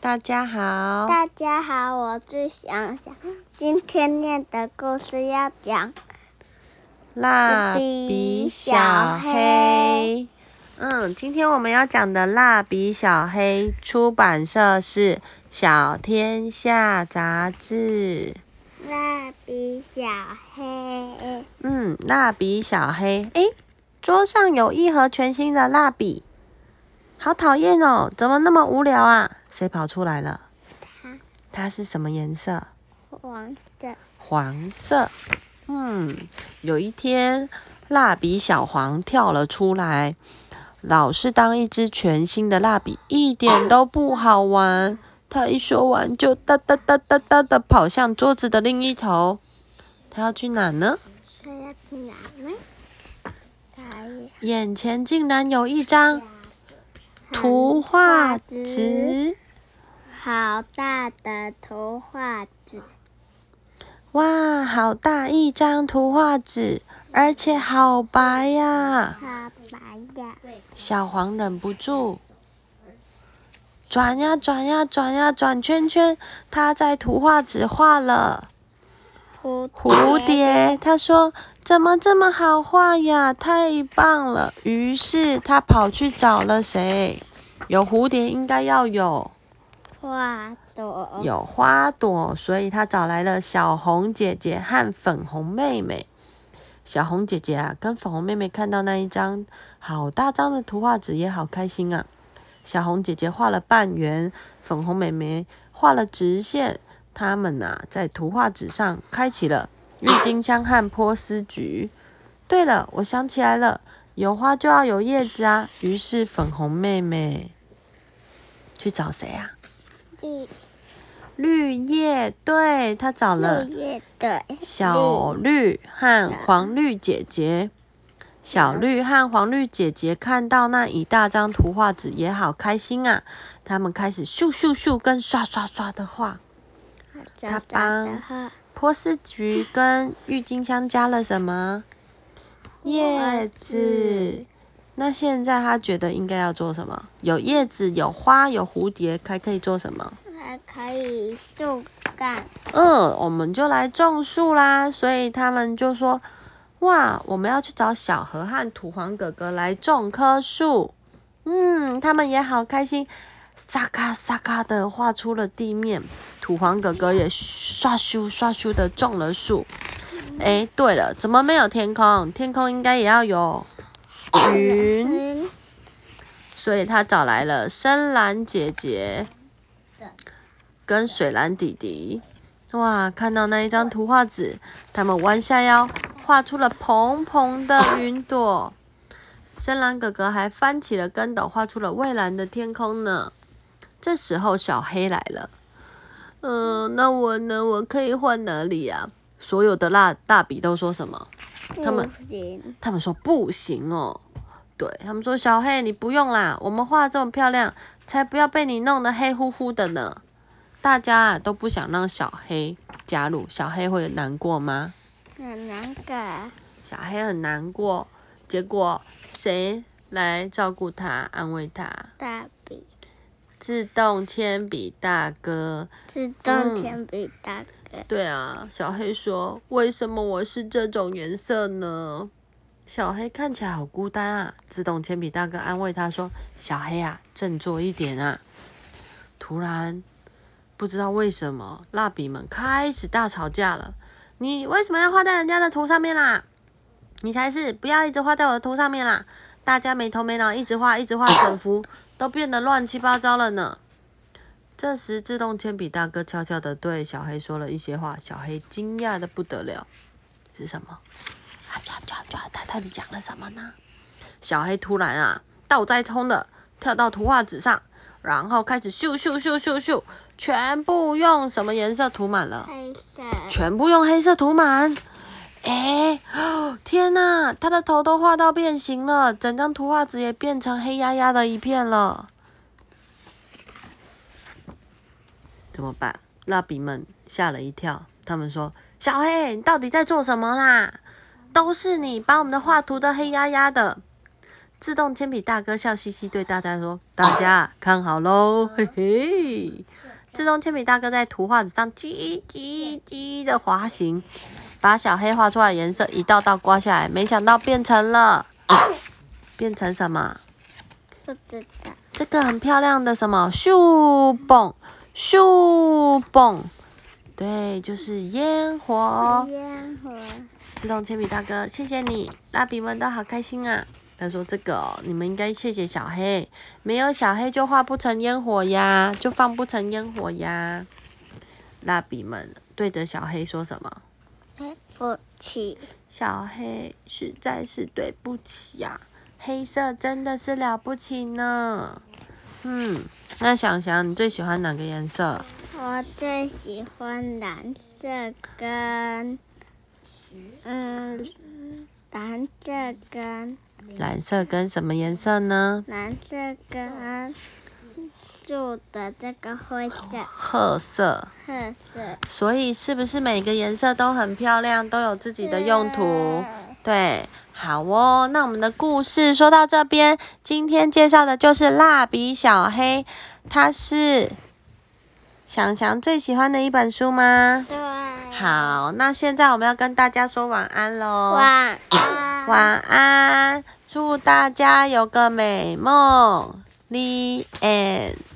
大家好， 大家好，我是想想，今天念的故事要讲蜡笔小黑。今天我们要讲的蜡笔小黑出版社是小天下杂志。 蜡笔小黑。 蜡笔小黑，桌上有一盒全新的蜡笔，好讨厌哦，怎么那么无聊啊？谁跑出来了？它是什么颜色？黄色。有一天，蜡笔小黄跳了出来，老是当一支全新的蜡笔，一点都不好玩。他一说完，就哒哒哒哒哒的跑向桌子的另一头。他要去哪呢？眼前竟然有一张图画纸， 好大的图画纸！ 哇，好大一张图画纸，而且好白呀！ 好白呀！ 小黄忍不住转呀转呀转呀转圈圈，他在图画纸画了蝴蝶。他说：“怎么这么好画呀？太棒了！”于是他跑去找了谁？有蝴蝶应该要有花朵， 有花朵，所以他找来了小红姐姐和粉红妹妹。小红姐姐跟粉红妹妹看到那一张好大张的图画纸也好开心啊。小红姐姐画了半圆，粉红妹妹画了直线。他们在图画纸上开启了郁金香和波斯菊。对了，我想起来了，有花就要有叶子啊。于是粉红妹妹去找谁啊？绿叶，对，她找了小绿和黄绿姐姐。小绿和黄绿姐姐看到那一大张图画纸也好开心啊，他们开始咻咻咻跟刷刷刷的画。他帮波斯菊跟郁金香加了什么？叶子。那现在他觉得应该要做什么？有叶子，有花，有蝴蝶，还可以做什么？ 还可以树干。 我们就来种树啦。所以他们就说：哇，我们要去找小河和土黄哥哥来种棵树。他们也好开心，沙卡沙卡的画出了地面。土黄哥哥也刷咻刷咻的种了树。对了，怎么没有天空？天空应该也要有云。所以他找来了深蓝姐姐跟水蓝弟弟。哇，看到那一张图画纸，他们弯下腰画出了蓬蓬的云朵。深蓝哥哥还翻起了跟斗，画出了蔚蓝的天空呢。这时候小黑来了。那我呢？我可以画哪里啊？所有的大笔都说什么？他们说不行哦。对，他们说小黑你不用啦，我们画这么漂亮，才不要被你弄得黑乎乎的呢。大家都不想让小黑加入，小黑会难过吗？ 很难过。 小黑很难过，结果谁来照顾他、安慰他？ 大笔。 自动铅笔大哥。 自动铅笔大哥。 对啊，小黑说：“为什么我是这种颜色呢？”小黑看起来好孤单啊。自动铅笔大哥安慰他说：“小黑啊，振作一点啊。”突然，不知道为什么，蜡笔们开始大吵架了。你为什么要画在人家的图上面啦？你才是，不要一直画在我的图上面啦！大家没头没脑，一直画，整幅都变得乱七八糟了呢。这时，自动铅笔大哥悄悄地对小黑说了一些话，小黑惊讶的不得了。是什么？他到底讲了什么呢？小黑突然倒栽葱的跳到图画纸上，然后开始咻咻咻咻咻，全部用什么颜色涂满了？ 黑色。 全部用黑色涂满。天哪，他的头都画到变形了，整张图画纸也变成黑压压的一片了。怎么办？蜡笔们吓了一跳，他们说：“小黑，你到底在做什么啦？都是你把我们的画涂得黑压压的。” 自动铅笔大哥笑嘻嘻对大家说：“大家看好喽，嘿嘿！”自动铅笔大哥在图画纸上叽叽叽的滑行，把小黑画出来的颜色一道道刮下来，没想到变成什么？ 不知道。 这个很漂亮的什么咻蹦，对，就是烟火。 烟火。 自动铅笔大哥，谢谢你，蜡笔们都好开心啊。他说：“这个你们应该谢谢小黑，没有小黑就画不成烟火呀，就放不成烟火呀。”蜡笔们对着小黑说什么？ 对不起， 小黑实在是对不起呀，黑色真的是了不起呢。那想想你最喜欢哪个颜色？ 我最喜欢蓝色跟蓝色跟什么颜色呢？ 蓝色跟树的这个灰色。 褐色。所以是不是每个颜色都很漂亮，都有自己的用途？对，好哦。那我们的故事说到这边，今天介绍的就是蜡笔小黑，它是想想最喜欢的一本书吗？ 对。 好，那现在我们要跟大家说晚安咯。 晚安。 晚安，祝大家有个美梦。The end。